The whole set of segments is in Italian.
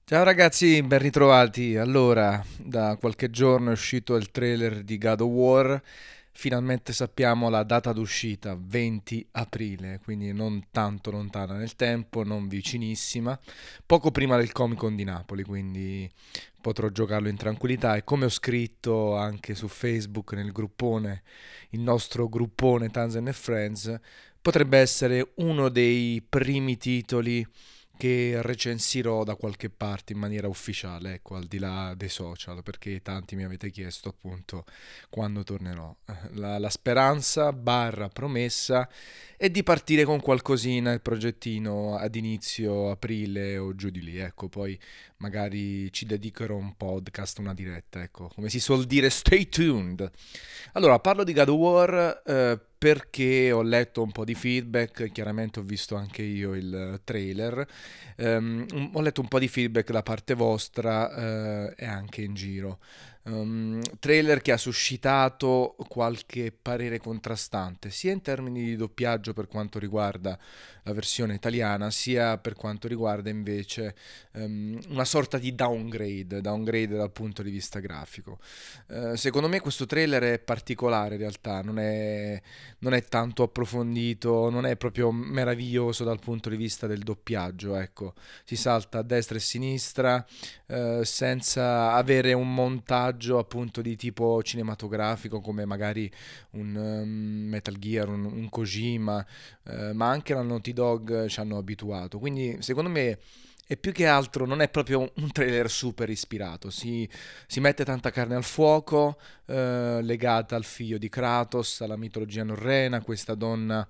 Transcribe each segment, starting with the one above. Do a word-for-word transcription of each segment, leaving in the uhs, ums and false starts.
Ciao ragazzi, ben ritrovati. Allora, da qualche giorno è uscito il trailer di God of War. Finalmente sappiamo la data d'uscita, venti aprile, quindi non tanto lontana nel tempo, non vicinissima. Poco prima del Comic Con di Napoli, quindi potrò giocarlo in tranquillità. E come ho scritto anche su Facebook nel gruppone, il nostro gruppone Tanzan and Friends, potrebbe essere uno dei primi titoli che recensirò da qualche parte in maniera ufficiale, ecco, al di là dei social, perché tanti mi avete chiesto appunto quando tornerò. La, la speranza barra promessa è di partire con qualcosina, il progettino ad inizio aprile o giù di lì, ecco, poi magari ci dedicherò un podcast, una diretta, ecco, come si suol dire, stay tuned. Allora, parlo di God of War eh, perché ho letto un po' di feedback, chiaramente ho visto anche io il trailer. Ehm, un- ho letto un po' di feedback da parte vostra eh, e anche in giro. Um, trailer che ha suscitato qualche parere contrastante, sia in termini di doppiaggio per quanto riguarda la versione italiana, sia per quanto riguarda invece um, una sorta di downgrade, downgrade dal punto di vista grafico. Eh, secondo me questo trailer è particolare in realtà, non è, non è tanto approfondito, non è proprio meraviglioso dal punto di vista del doppiaggio, ecco. Si salta a destra e a sinistra eh, senza avere un montaggio appunto di tipo cinematografico come magari un um, Metal Gear, un, un Kojima, eh, ma anche la Naughty Dog ci hanno abituato. Quindi secondo me e più che altro non è proprio un trailer super ispirato, si, si mette tanta carne al fuoco, eh, legata al figlio di Kratos, alla mitologia norrena, questa donna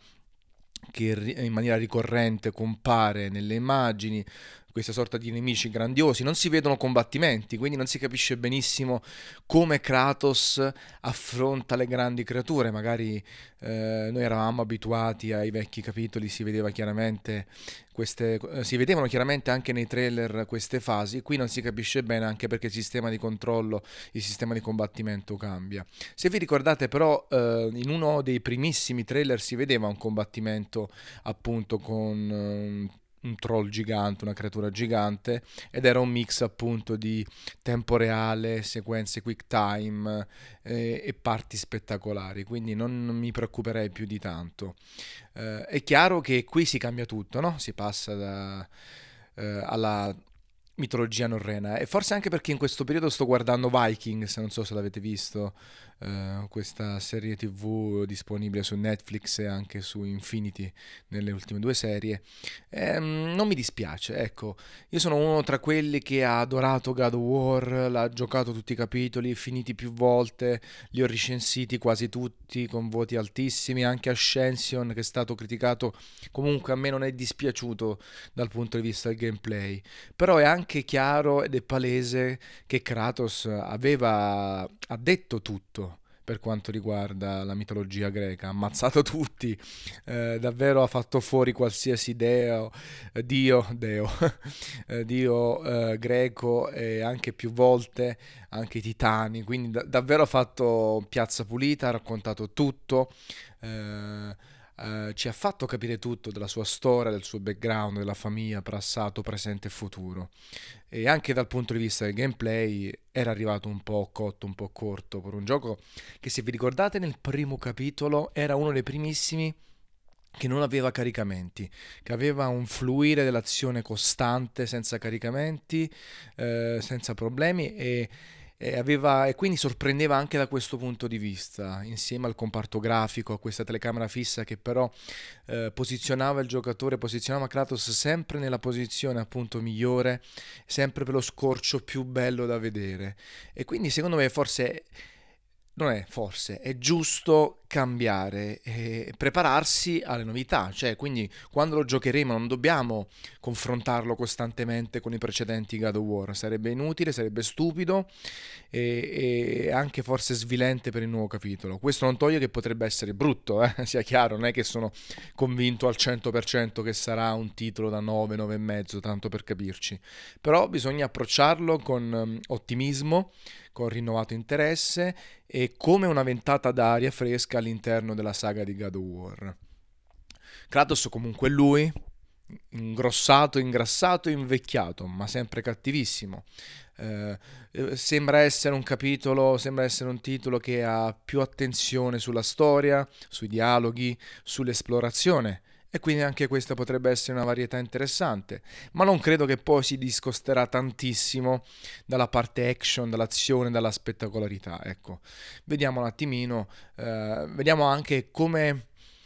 che ri- in maniera ricorrente compare nelle immagini, questa sorta di nemici grandiosi, non si vedono combattimenti, quindi non si capisce benissimo come Kratos affronta le grandi creature, magari eh, noi eravamo abituati ai vecchi capitoli, si vedeva chiaramente queste, eh, si vedevano chiaramente anche nei trailer queste fasi, qui non si capisce bene anche perché il sistema di controllo, il sistema di combattimento cambia. Se vi ricordate però eh, in uno dei primissimi trailer si vedeva un combattimento appunto con eh, un troll gigante, una creatura gigante ed era un mix appunto di tempo reale, sequenze quick time eh, e parti spettacolari, quindi non, non mi preoccuperei più di tanto. Eh, è chiaro che qui si cambia tutto, no? Si passa da, eh, alla mitologia norrena e forse anche perché in questo periodo sto guardando Vikings, non so se l'avete visto, eh, questa serie T V disponibile su Netflix e anche su Infinity nelle ultime due serie. Ehm, non mi dispiace, ecco, io sono uno tra quelli che ha adorato God of War, l'ha giocato tutti i capitoli, finiti più volte, li ho recensiti quasi tutti con voti altissimi, anche Ascension che è stato criticato, comunque a me non è dispiaciuto dal punto di vista del gameplay, però è anche chiaro ed è palese che Kratos aveva ha detto tutto per quanto riguarda la mitologia greca, ha ammazzato tutti, eh, davvero ha fatto fuori qualsiasi deo, eh, dio, deo, eh, dio eh, greco e anche più volte anche i titani, quindi da- davvero ha fatto piazza pulita, ha raccontato tutto, eh, eh, ci ha fatto capire tutto della sua storia, del suo background, della famiglia, passato, presente e futuro. E anche dal punto di vista del gameplay era arrivato un po' cotto, un po' corto per un gioco che se vi ricordate nel primo capitolo era uno dei primissimi che non aveva caricamenti, che aveva un fluire dell'azione costante senza caricamenti, eh, senza problemi e, e aveva, e quindi sorprendeva anche da questo punto di vista, insieme al comparto grafico, a questa telecamera fissa che però eh, posizionava il giocatore, posizionava Kratos sempre nella posizione appunto migliore, sempre per lo scorcio più bello da vedere. E quindi secondo me forse non è forse, è giusto cambiare e prepararsi alle novità, cioè quindi quando lo giocheremo non dobbiamo confrontarlo costantemente con i precedenti God of War, sarebbe inutile, sarebbe stupido e, e anche forse svilente per il nuovo capitolo. Questo non toglie che potrebbe essere brutto, eh? Sia chiaro, non è che sono convinto al cento per cento che sarà un titolo da nove, nove e mezzo, tanto per capirci, però bisogna approcciarlo con um, ottimismo, con rinnovato interesse e come una ventata d'aria fresca all'interno della saga di God of War. Kratos comunque è lui, ingrossato, ingrassato, invecchiato, ma sempre cattivissimo. Eh, eh, sembra essere un capitolo, sembra essere un titolo che ha più attenzione sulla storia, sui dialoghi, sull'esplorazione. E quindi anche questa potrebbe essere una varietà interessante, ma non credo che poi si discosterà tantissimo dalla parte action, dall'azione, dalla spettacolarità. Ecco, vediamo un attimino, eh, vediamo anche come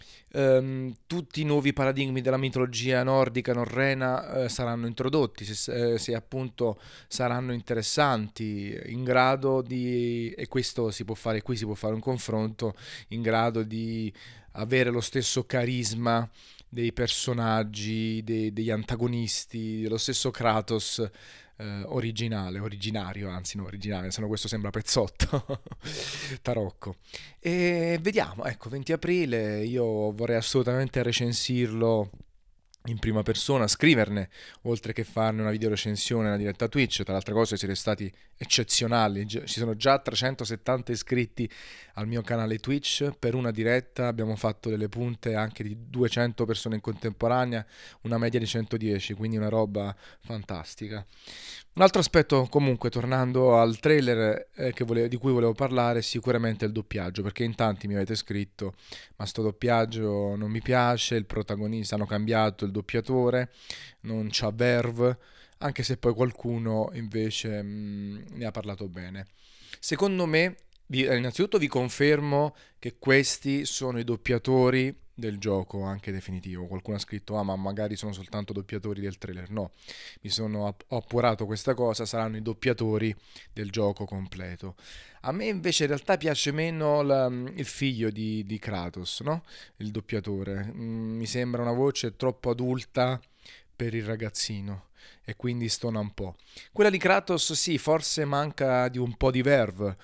ehm, tutti i nuovi paradigmi della mitologia nordica, norrena, eh, saranno introdotti, se, eh, se appunto saranno interessanti, in grado di, e questo si può fare, qui si può fare un confronto, in grado di avere lo stesso carisma dei personaggi, dei- degli antagonisti, dello stesso Kratos eh, originale, originario, anzi no, originale, se no questo sembra pezzotto, tarocco. E vediamo, ecco, venti aprile, io vorrei assolutamente recensirlo in prima persona, scriverne, oltre che farne una videorecensione, una diretta Twitch. Tra le altre cose siete stati eccezionali, Gi- ci sono già trecentosettanta iscritti al mio canale Twitch per una diretta, abbiamo fatto delle punte anche di duecento persone in contemporanea, una media di centodieci, quindi una roba fantastica. Un altro aspetto, comunque, tornando al trailer eh, che vole- di cui volevo parlare, è sicuramente il doppiaggio, perché in tanti mi avete scritto, ma sto doppiaggio non mi piace, il protagonista hanno cambiato il doppiatore, non c'ha verve, anche se poi qualcuno invece mh, ne ha parlato bene. Secondo me, vi- eh, innanzitutto vi confermo che questi sono i doppiatori del gioco anche definitivo. Qualcuno ha scritto, ah, ma magari sono soltanto doppiatori del trailer. No, mi sono app- ho appurato questa cosa, saranno i doppiatori del gioco completo. A me invece in realtà piace meno la- il figlio di, di Kratos, no? Il doppiatore. Mm, mi sembra una voce troppo adulta per il ragazzino e quindi stona un po'. Quella di Kratos sì, forse manca di un po' di verve,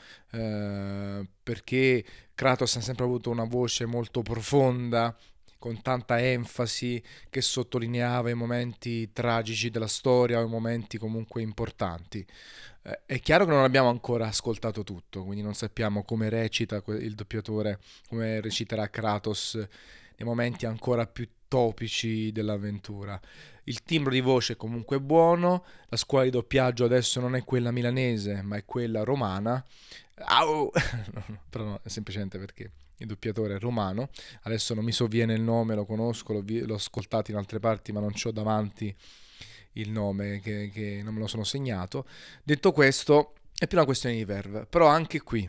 eh, perché Kratos ha sempre avuto una voce molto profonda, con tanta enfasi, che sottolineava i momenti tragici della storia o i momenti comunque importanti. Eh, è chiaro che non abbiamo ancora ascoltato tutto, quindi non sappiamo come recita que- il doppiatore, come reciterà Kratos nei momenti ancora più topici dell'avventura. Il timbro di voce è comunque buono, la scuola di doppiaggio adesso non è quella milanese, ma è quella romana. Au! No, no, però no, è semplicemente perché il doppiatore è romano. Adesso non mi sovviene il nome, lo conosco, l'ho, vi- l'ho ascoltato in altre parti, ma non c'ho davanti il nome che, che non me lo sono segnato. Detto questo, è più una questione di verve, però anche qui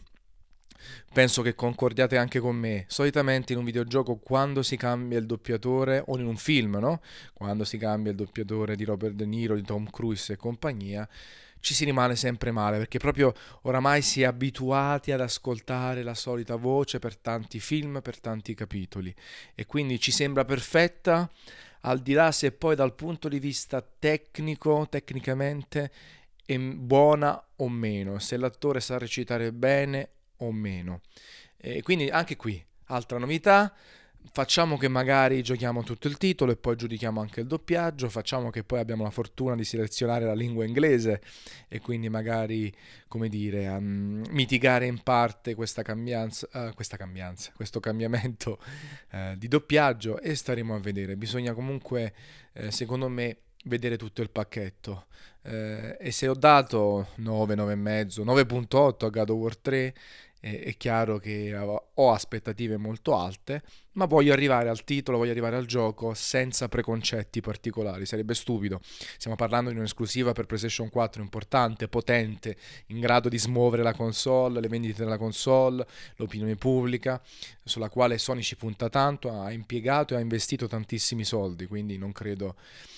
penso che concordiate anche con me. Solitamente in un videogioco quando si cambia il doppiatore, o in un film, no? Quando si cambia il doppiatore di Robert De Niro, di Tom Cruise e compagnia, ci si rimane sempre male perché proprio oramai si è abituati ad ascoltare la solita voce per tanti film, per tanti capitoli e quindi ci sembra perfetta, al di là se poi dal punto di vista tecnico, tecnicamente è buona o meno, se l'attore sa recitare bene o meno. E quindi anche qui, altra novità, facciamo che magari giochiamo tutto il titolo e poi giudichiamo anche il doppiaggio, facciamo che poi abbiamo la fortuna di selezionare la lingua inglese e quindi magari, come dire, um, mitigare in parte questa cambianza, uh, questa cambianza, questo cambiamento uh, di doppiaggio e staremo a vedere. Bisogna comunque, eh, secondo me, vedere tutto il pacchetto. Eh, e se ho dato nove, nove e mezzo, nove virgola otto a God of War tre, eh, è chiaro che ho aspettative molto alte, ma voglio arrivare al titolo, voglio arrivare al gioco senza preconcetti particolari, sarebbe stupido. Stiamo parlando di un'esclusiva per PlayStation quattro importante, potente, in grado di smuovere la console, le vendite della console, l'opinione pubblica, sulla quale Sony ci punta tanto, ha impiegato e ha investito tantissimi soldi, quindi non credo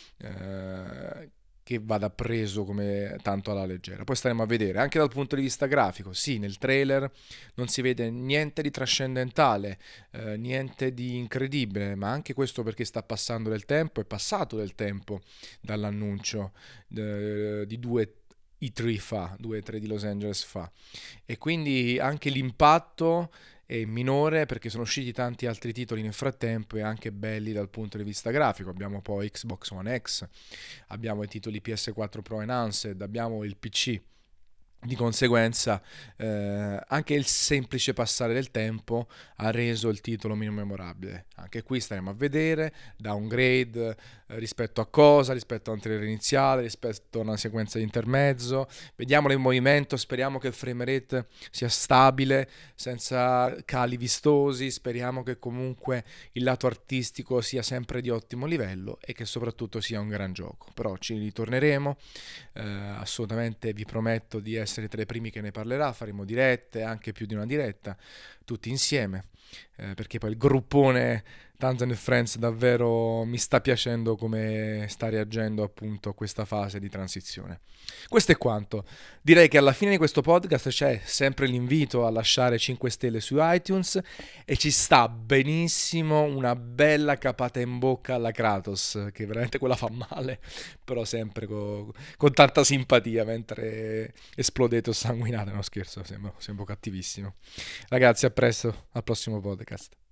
eh, che vada preso come tanto alla leggera. Poi staremo a vedere, anche dal punto di vista grafico, sì, nel trailer non si vede niente di trascendentale, eh, niente di incredibile, ma anche questo perché sta passando del tempo, è passato del tempo dall'annuncio eh, di due E tre fa, due E tre di Los Angeles fa. E quindi anche l'impatto è minore perché sono usciti tanti altri titoli nel frattempo e anche belli dal punto di vista grafico. Abbiamo poi Xbox One X, abbiamo i titoli P S quattro Pro Enhanced, abbiamo il P C. Di conseguenza, eh, anche il semplice passare del tempo ha reso il titolo meno memorabile. Anche qui staremo a vedere, downgrade, eh, rispetto a cosa, rispetto a un trailer iniziale, rispetto a una sequenza di intermezzo. Vediamolo in movimento, speriamo che il frame rate sia stabile, senza cali vistosi, speriamo che comunque il lato artistico sia sempre di ottimo livello e che soprattutto sia un gran gioco. Però ci ritorneremo, eh, assolutamente vi prometto di essere tra i primi che ne parlerà, faremo dirette, anche più di una diretta, tutti insieme, eh, perché poi il gruppone Tanzan e Friends davvero mi sta piacendo come sta reagendo appunto a questa fase di transizione. Questo è quanto. Direi che alla fine di questo podcast c'è sempre l'invito a lasciare cinque stelle su iTunes e ci sta benissimo una bella capata in bocca alla Kratos, che veramente quella fa male, però sempre co- con tanta simpatia mentre esplodete o sanguinate, no scherzo, sembro, sembro cattivissimo. Ragazzi, a presto, al prossimo podcast.